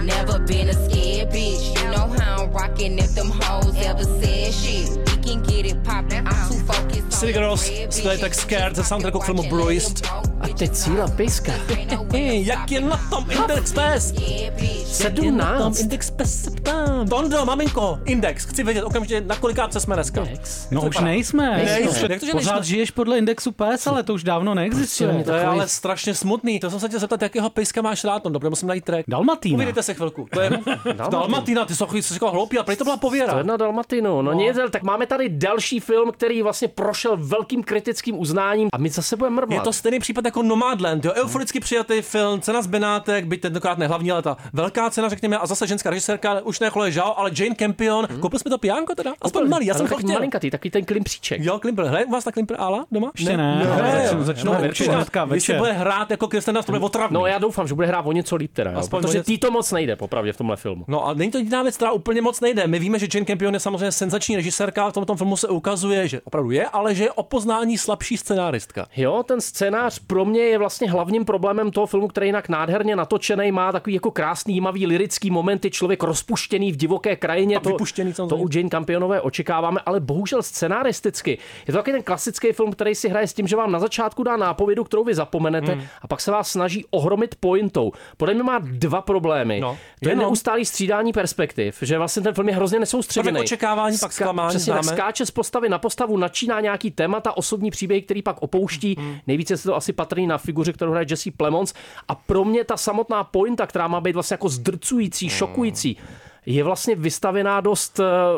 City Girls, skvělý tak Scared ze soundtracku k filmu Bruised. A teď Síla pejska. Jak je na tom Index Pes? 17. Index Pes se ptám. Tondo, maminko, Index. Chci vědět okamžitě, na kolikátce jsme dneska. No už nejsme. Pořád žiješ podle Indexu Pes, ale to už dávno neexistuje. To je ale strašně smutný. To jsem se tě zeptat, jakého pejska máš rád, Tondo, protože musím najít track. Dalmatína. Uvidíte se chvilku. To je Dalmatína, ty jsi jako hloupý, a prý to byla pověra. To je na Dalmatinu. No nic, tak máme tady další film, který vlastně prošel velkým kritickým uznáním a my zase budeme mrvat. Je to stejný případ jako Nomadland, jo, euforicky přijatý film, cena z Benátek, byť tentokrát ne hlavní, ale ta velká cena, řekněme, a zase ženská režisérka, už ne Chloe Zhao, ale Jane Campion. Koupil jsme to pijánko teda? Aspoň malý, já jsem to chtěl. Malinkatý, takový ten klimpříček. Jo, Klimpr. Hraje u vás ta Klimpr Ála doma? Ještě ne. Začnou hnedka večer. Když bude hrát jako Kirsten Dunst, to bude otravný. No já doufám, že bude hrát o něco líp teda, protože tý to moc nejde popravdě v tomhle filmu. No a není to jediná věc, která úplně moc nejde. My víme, že Jane Campion je samozřejmě senzační režisérka, v tomto filmu se ukazuje, že opravdu je, ale že je o poznání slabší scenáristka. Jo, ten scénář pro mě je vlastně hlavním problémem toho filmu, který jinak nádherně natočený, má takový jako krásný, jímavý lyrický momenty, člověk rozpuštěný v divoké krajině, to u Jane Campionové očekáváme, ale bohužel scenaristicky. Je to takový ten klasický film, který si hraje s tím, že vám na začátku dá nápovědu, kterou vy zapomenete a pak se vás snaží ohromit pointou. Podle mě má dva problémy. To je neustálý střídání perspektiv, že vlastně ten film je hrozně nesoustředěný. Očekávání, pak zklamání. Přesně tak, skáče z postavy na postavu, načíná nějaký témata, osobní příběhy, který pak opouští. Nejvíce se to asi patrný na figuře, kterou hraje Jesse Plemons. A pro mě ta samotná pointa, která má být vlastně jako zdrcující, šokující, je vlastně vystavená dost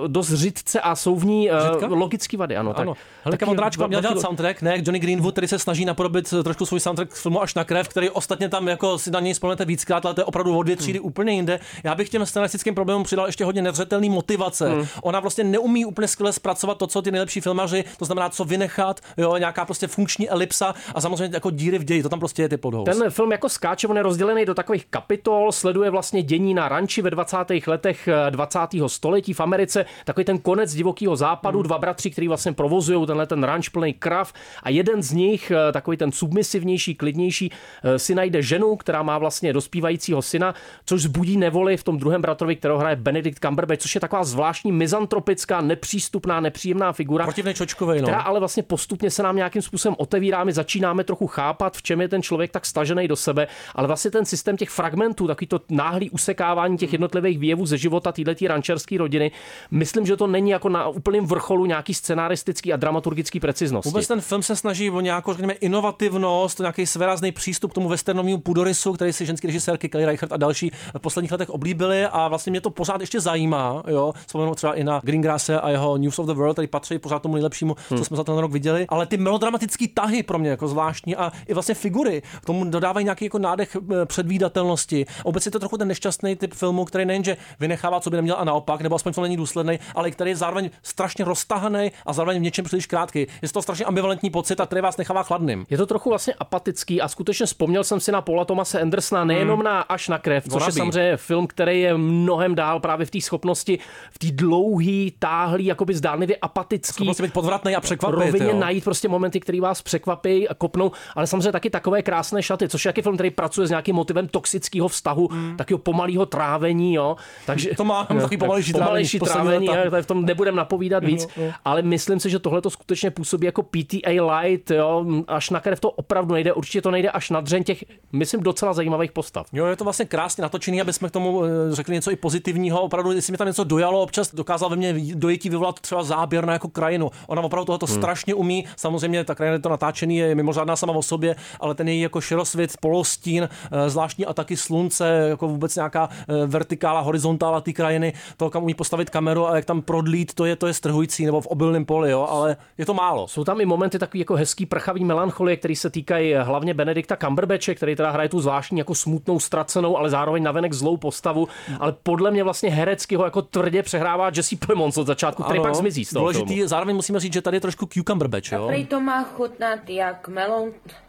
řidce a jsou v ní logické vady. Ano. Helka Vondráčková měla dělat soundtrack, ne? Johnny Greenwood, který se snaží napodobit trošku svůj soundtrack k filmu Až na krev, který ostatně tam jako si na něj vzpomenete víckrát, ale to je opravdu o 2 třídy úplně jinde. Já bych těm scenaristickým problémům přidal ještě hodně nezřetelný motivace. Ona vlastně neumí úplně skvěle zpracovat to, co ty nejlepší filmaři, to znamená, co vynechat, jo, nějaká prostě funkční elipsa a samozřejmě jako díry v ději, to tam prostě je ty podhouse. Ten film jako skáče, on je rozdělený do takových kapitol, sleduje vlastně dění na ranči ve 20. letech 20. století v Americe, takový ten konec divokého západu, 2 bratři, kteří vlastně provozují ten ranč plný krav a jeden z nich, takový ten submisivnější, klidnější, si najde ženu, která má vlastně dospívajícího syna, což zbudí nevoli v tom druhém bratrovi, kterého hraje Benedict Cumberbatch, což je taková zvláštní mizantropická, nepřístupná, nepříjemná figura, která ale vlastně postupně se nám nějakým způsobem otevírá, my začínáme trochu chápat, v čem je ten člověk tak stažený do sebe, ale vlastně ten systém těch fragmentů, takový to náhlý usekávání těch jednotlivých výjevů ze života této rančerské rodiny, myslím, že to není jako na úplném vrcholu nějaký scenaristický a dramaturgický preciznosti. Vůbec ten film se snaží o nějakou, řekněme, inovativnost, nějaký svérázný přístup k tomu westernovému půdorysu, který si ženský režisérky Kelly Reichardt a další v posledních letech oblíbili a vlastně mě to pořád ještě zajímá, jo. Vzpomenu třeba i na Greengrasse a jeho News of the World, který patří pořád tomu nejlepšímu, co jsme za ten rok viděli, ale ty melodramatické tahy pro mě jako zvláštní a i vlastně figury k tomu dodávají nějaký jako nádech předvídatelnosti. A vůbec je to trochu ten nešťastný typ filmu, který nejenže vynechává, co by neměl a naopak, nebo aspoň to není důsledný, ale který je zároveň strašně roztahaný a zároveň v něčem příliš krátký. Je to strašně ambivalentní pocit, a který vás nechává chladným. Je to trochu vlastně apatický a skutečně vzpomněl jsem si na Paula Thomase Andersona nejenom na Až na krev, což je samozřejmě film, který je mnohem dál právě v té schopnosti, v té dlouhý, táhlý, jakoby zdánlivě apatický. Schopnosti být podvratný a překvapit. Rovině najít prostě momenty, které vás překvapí a kopnou, ale samozřejmě taky takové krásné šaty, což je taky film, který pracuje s nějakým motivem toxického vztahu, takového pomalého trávení, jo. Takže to má takový pomalejší trávení, v tom nebudem napovídat víc, ale myslím si, že tohle to skutečně působí jako PTA light, jo. Až na krev to opravdu nejde, určitě to nejde až na dřeň těch, myslím, docela zajímavých postav. Jo, je to vlastně krásně natočený, aby jsme k tomu řekli něco i pozitivního. Opravdu, jestli mi tam něco dojalo, občas dokázal ve mně dojetí vyvolat třeba záběr na jako krajinu. Ona opravdu tohoto strašně umí. Samozřejmě ta krajina, to natáčený je mimořádná sama o sobě, ale ten její jako širosvět, polostín, zvláštní ataky slunce, jako vůbec nějaká vertikála, horizontála té krajiny, to kam umí postavit kameru a jak tam prodlít, to je strhující, nebo v obilném poli, jo, ale je to málo. Jsou tam i momenty takový jako hezký prchavý melancholie, který se týkají hlavně Benedikta Cumberbatche, který teda hraje tu zvláštní jako smutnou, ztracenou, ale zároveň navenek zlou postavu, ale podle mě vlastně herecky ho jako tvrdě přehrává Jesse Plemons od začátku, který pak zmizí z toho důležitý, filmu. Zároveň musíme říct, že tady je trošku Cumberbatch, jo. A to má chutnat jak melon.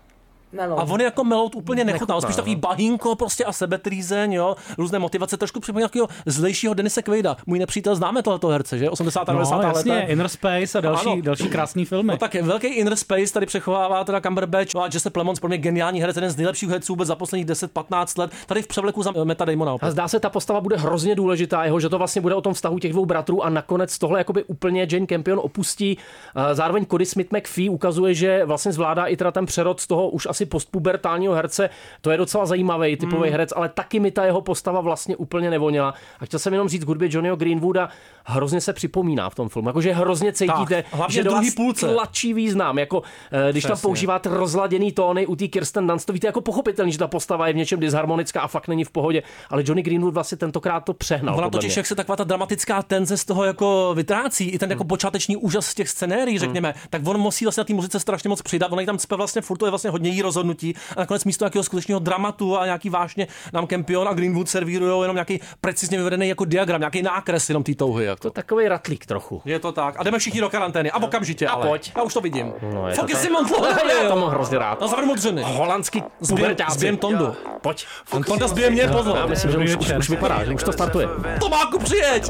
A on jako melout úplně nechutná, spíš takový bahínko prostě a sebetrýzeň, jo, různé motivace, trošku připomíná nějakého zlejšího Denise Quaida. Můj nepřítel, známe tohleto herce, že? 80. a 90. No, jasně, leta. Inner Space a další krásný filmy. No tak velký Inner Space tady přechovává teda Cumberbatch a Jesse Plemons, pro mě geniální herec, jeden z nejlepších herců vůbec za posledních 10-15 let. Tady v převleku za Matta Damona. A zdá se, ta postava bude hrozně důležitá, že to vlastně bude o tom vztahu těch 2 bratrů a nakonec tohle jakoby úplně Jane Campion opustí. Zároveň Cody Smith McPhee ukazuje, že vlastně zvládá i teda ten přerod z toho už asi postpubertálního herce. To je docela zajímavý typový herec, ale taky mi ta jeho postava vlastně úplně nevoněla. A chtěl jsem jenom říct, hudbě Johnnyho Greenwooda hrozně se připomíná v tom filmu. Jakože hrozně cítíte, že do vás tlačí význam. Jako, když tam používáte rozladěný tóny u té Kirsten Dunst, to víte jako pochopitelný, že ta postava je v něčem disharmonická a fakt není v pohodě. Ale Johnny Greenwood vlastně tentokrát to přehnal. Ona totiž, jak se taková ta dramatická tenze z toho jako vytrácí, i ten jako počáteční úžas z těch scenérií, řekněme, tak on musí vlastně na té muzice strašně moc přidat. Ona tam cpe vlastně furt, to je vlastně hodně jí rozhodnutí. A nakonec místo nějakého skutečného dramatu a nějaký vážně nám Campion a Greenwood servírujou jenom nějaký precizně vyvedený jako diagram, nějaký nákres jenom té touhy. Jako. To takový ratlík trochu. Je to tak. A jdeme všichni do karantény. A okamžitě, ale. Pojď. Já už to vidím. No, Fuck je Simon, já to mám hrozně rád. Na závěr modřiny. Holandský zbějem Tondu. Pojď. Tonda zbije mě, pozor. Já myslím, že už vypadá, že už to startuje. Tomáku, přijeď!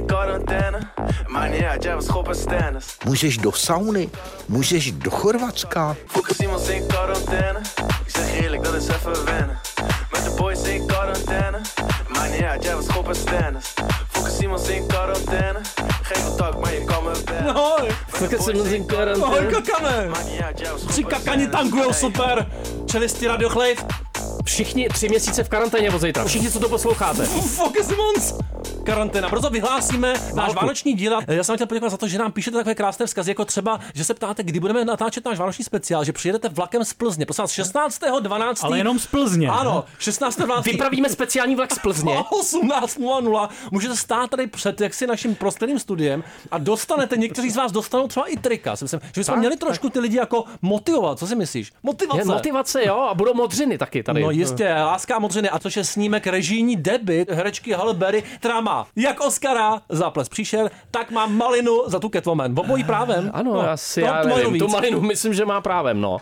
Můžeš do sauny, můžeš do Chorvatska. Dat is even wennen. Met de boys in quarantaine. Maakt niet uit, jij was goed bij standers. Focus Simons in quarantaine. Geen contact, maar je kan me bellen. Focus Simons in quarantaine. Ahoj, kakane. Tři kakani tankujou, super. Čelisti Radio Chlejv. Všichni 3 měsíce v karanténě od zítra. Všichni, co to posloucháte. Focus Simons. karanténa. Brzo vyhlásíme náš vánoční díl. Já jsem chtěl poděkovat za to, že nám píšete takové krásné vzkazy, jako třeba, že se ptáte, kdy budeme natáčet náš vánoční speciál, že přijedete vlakem z Plzně. Prosím vás, 16.12. Ale jenom z Plzně. Ano, 16.12. Vypravíme speciální vlak z Plzně. 18.00. Můžete stát tady před jaksi naším prostředním studiem a dostanete, někteří z vás dostanou třeba i trika. Myslím, že bychom měli trošku ty lidi jako motivovat. Co si myslíš? Motivace, jo, a budou modřiny taky tady. No jistě, Láska a modřiny, a což je snímek režijní debut herečky Halle Berry, která má jak Oscara za Ples příšer, tak má malinu za tu Catwoman. Obojí právem. Ano, já nevím, tu malinu myslím, že má právem, no.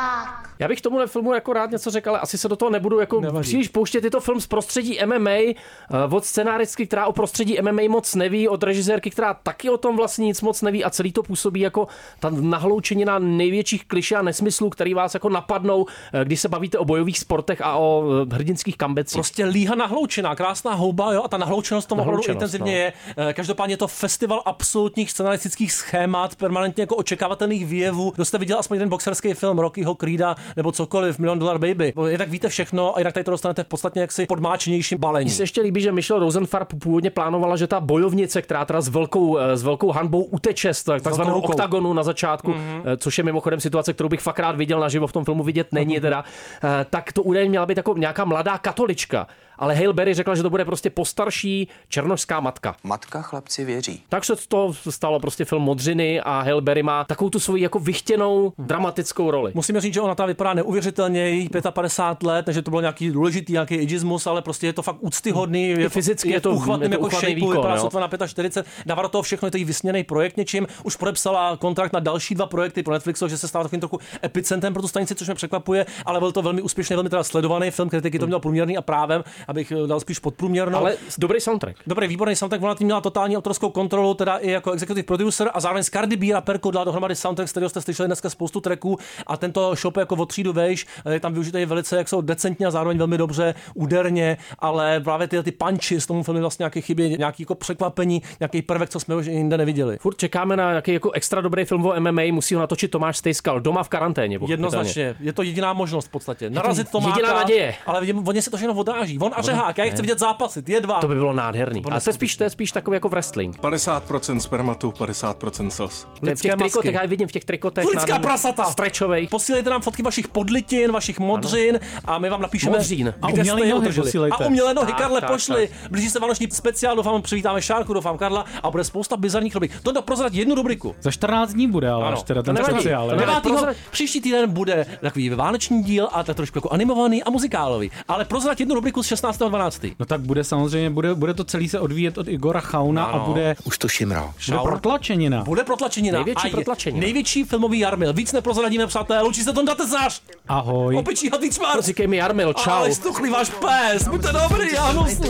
Já bych tomuhle filmu jako rád něco řekl, ale asi se do toho nebudu jako příliš pouštět. Je to film z prostředí MMA, od scenáristky, která o prostředí MMA moc neví, od režisérky, která taky o tom vlastně nic moc neví a celý to působí jako ta nahloučenina největších klišé a nesmyslů, který vás jako napadnou, když se bavíte o bojových sportech a o hrdinských comebacích. Prostě líha nahloučená, krásná houba, jo, a ta nahloučenost tomu opravdu intenzivně je. Každopádně je to festival absolutních scenaristických schémat, permanentně jako očekávatelných výjevů. Kdo jste viděl aspoň jeden boxerský film Rockyho Creeda nebo cokoliv, $1 Million Baby. Jednak víte všechno a jinak tady to dostanete v podstatě jaksi podmáčenějším balení. Mně se ještě líbí, že Michelle Rosenfarb původně plánovala, že ta bojovnice, která teda s velkou hanbou uteče z takzvaného oktagonu na začátku, což je mimochodem situace, kterou bych fakt rád viděl naživo, v tom filmu vidět není teda, tak to údajně měla být jako nějaká mladá katolička. Ale Halle Berry řekla, že to bude prostě postarší černošská matka. Matka chlapci věří. Tak se to stalo prostě film Modřiny a Halle Berry má takovou tu svoji jako vychtěnou dramatickou roli. Musíme říct, že ona tam vypadá neuvěřitelně, jí 55 let, takže to bylo nějaký důležitý, nějaký ageismus, ale prostě je to fakt úctyhodný, je fyzicky je to uchvatným jako shape, vypadá sotva na 45, dává do toho všechno, je to jí vysněný projekt něčím, už podepsala kontrakt na další 2 projekty pro Netflix, že se stává takovým trochu epicentem pro tu stanici, což mě překvapuje, ale byl to velmi úspěšný, velmi teda sledovaný film, kritiky to měl průměrný a právem, abych dal spíš podprůměrnou. Ale dobrý soundtrack. Dobrý, výborný soundtrack, ona tím měla totální autorskou kontrolu, teda i jako executive producer a zároveň s Cardi B raperkou dala dohromady soundtrack, z kterého jste slyšeli dneska spoustu tracků a tento shop jako o třídu vejš, je tam využitý velice jak jsou decentně a zároveň velmi dobře, úderně, ale právě ty punchy z tomu filmu vlastně nějaké chybí, nějaký jako překvapení, nějaký prvek, co jsme už jinde neviděli. Furt čekáme na nějaký jako extra dobrý film o MMA, musí ho natočit Tomáš Stejskal doma v karanténě. Jednoznačně, je to jediná možnost v podstatě. Narazit Tomáka, jediná naděje. Ale oni se to všechno odráží. On a Řehák, já chci vidět zápasit, je 2. To by bylo nádherný. A to je spíš takový jako wrestling. 50% spermatu, 50% slz. V těch trikotech, já vidím v těch trikotech. Lidská prasata. Stretchovej. Posílejte nám fotky vašich podlitin, vašich modřin a my vám napíšeme, a umělé nohy posílejte. A umělé nohy, Karle, pošli. Blíží se vánoční speciál, doufám, přivítáme Šárku, doufám Karla a bude spousta bizarních rubrik. To prozrať jednu rubriku. Za 14 dní bude, ale až teda ten speciál. Příští týden bude takový vánoční díl a tak trošku jako animovaný a muzikálový. Ale prozrať jednu rubriku z 16.12. No tak bude samozřejmě, bude to celý se odvíjet od Igora Chauna a bude... Už to šimral. Bude protlačenina. Bude protlačenina. Největší protlačenina. Největší filmový Jarmil. Víc neprozradíme, přátelé. Loučí se Tonda Tesař. Ahoj. Opičí hatý čmar. Říkej mi Jarmil, čau. Ale stuchlý váš pes. Buďte dobrý, já hnusný.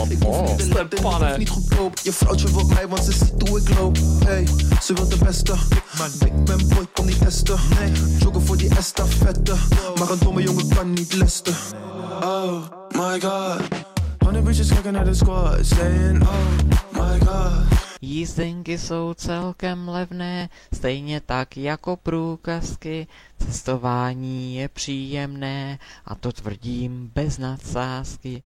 Jste pane. Je vrouwtje wordt mij, want ze ziet hoe ik loop. Hey, ze wil de beste. Ik ben boy, kom niet testen. Joggen voor die estafette. Maar een domme jongen kan niet lesten. Oh my god. 100 bitches kijken naar de squad, saying oh my god. Jízdenky jsou celkem levné, stejně tak jako průkazky. Cestování je příjemné a to tvrdím bez nadsázky.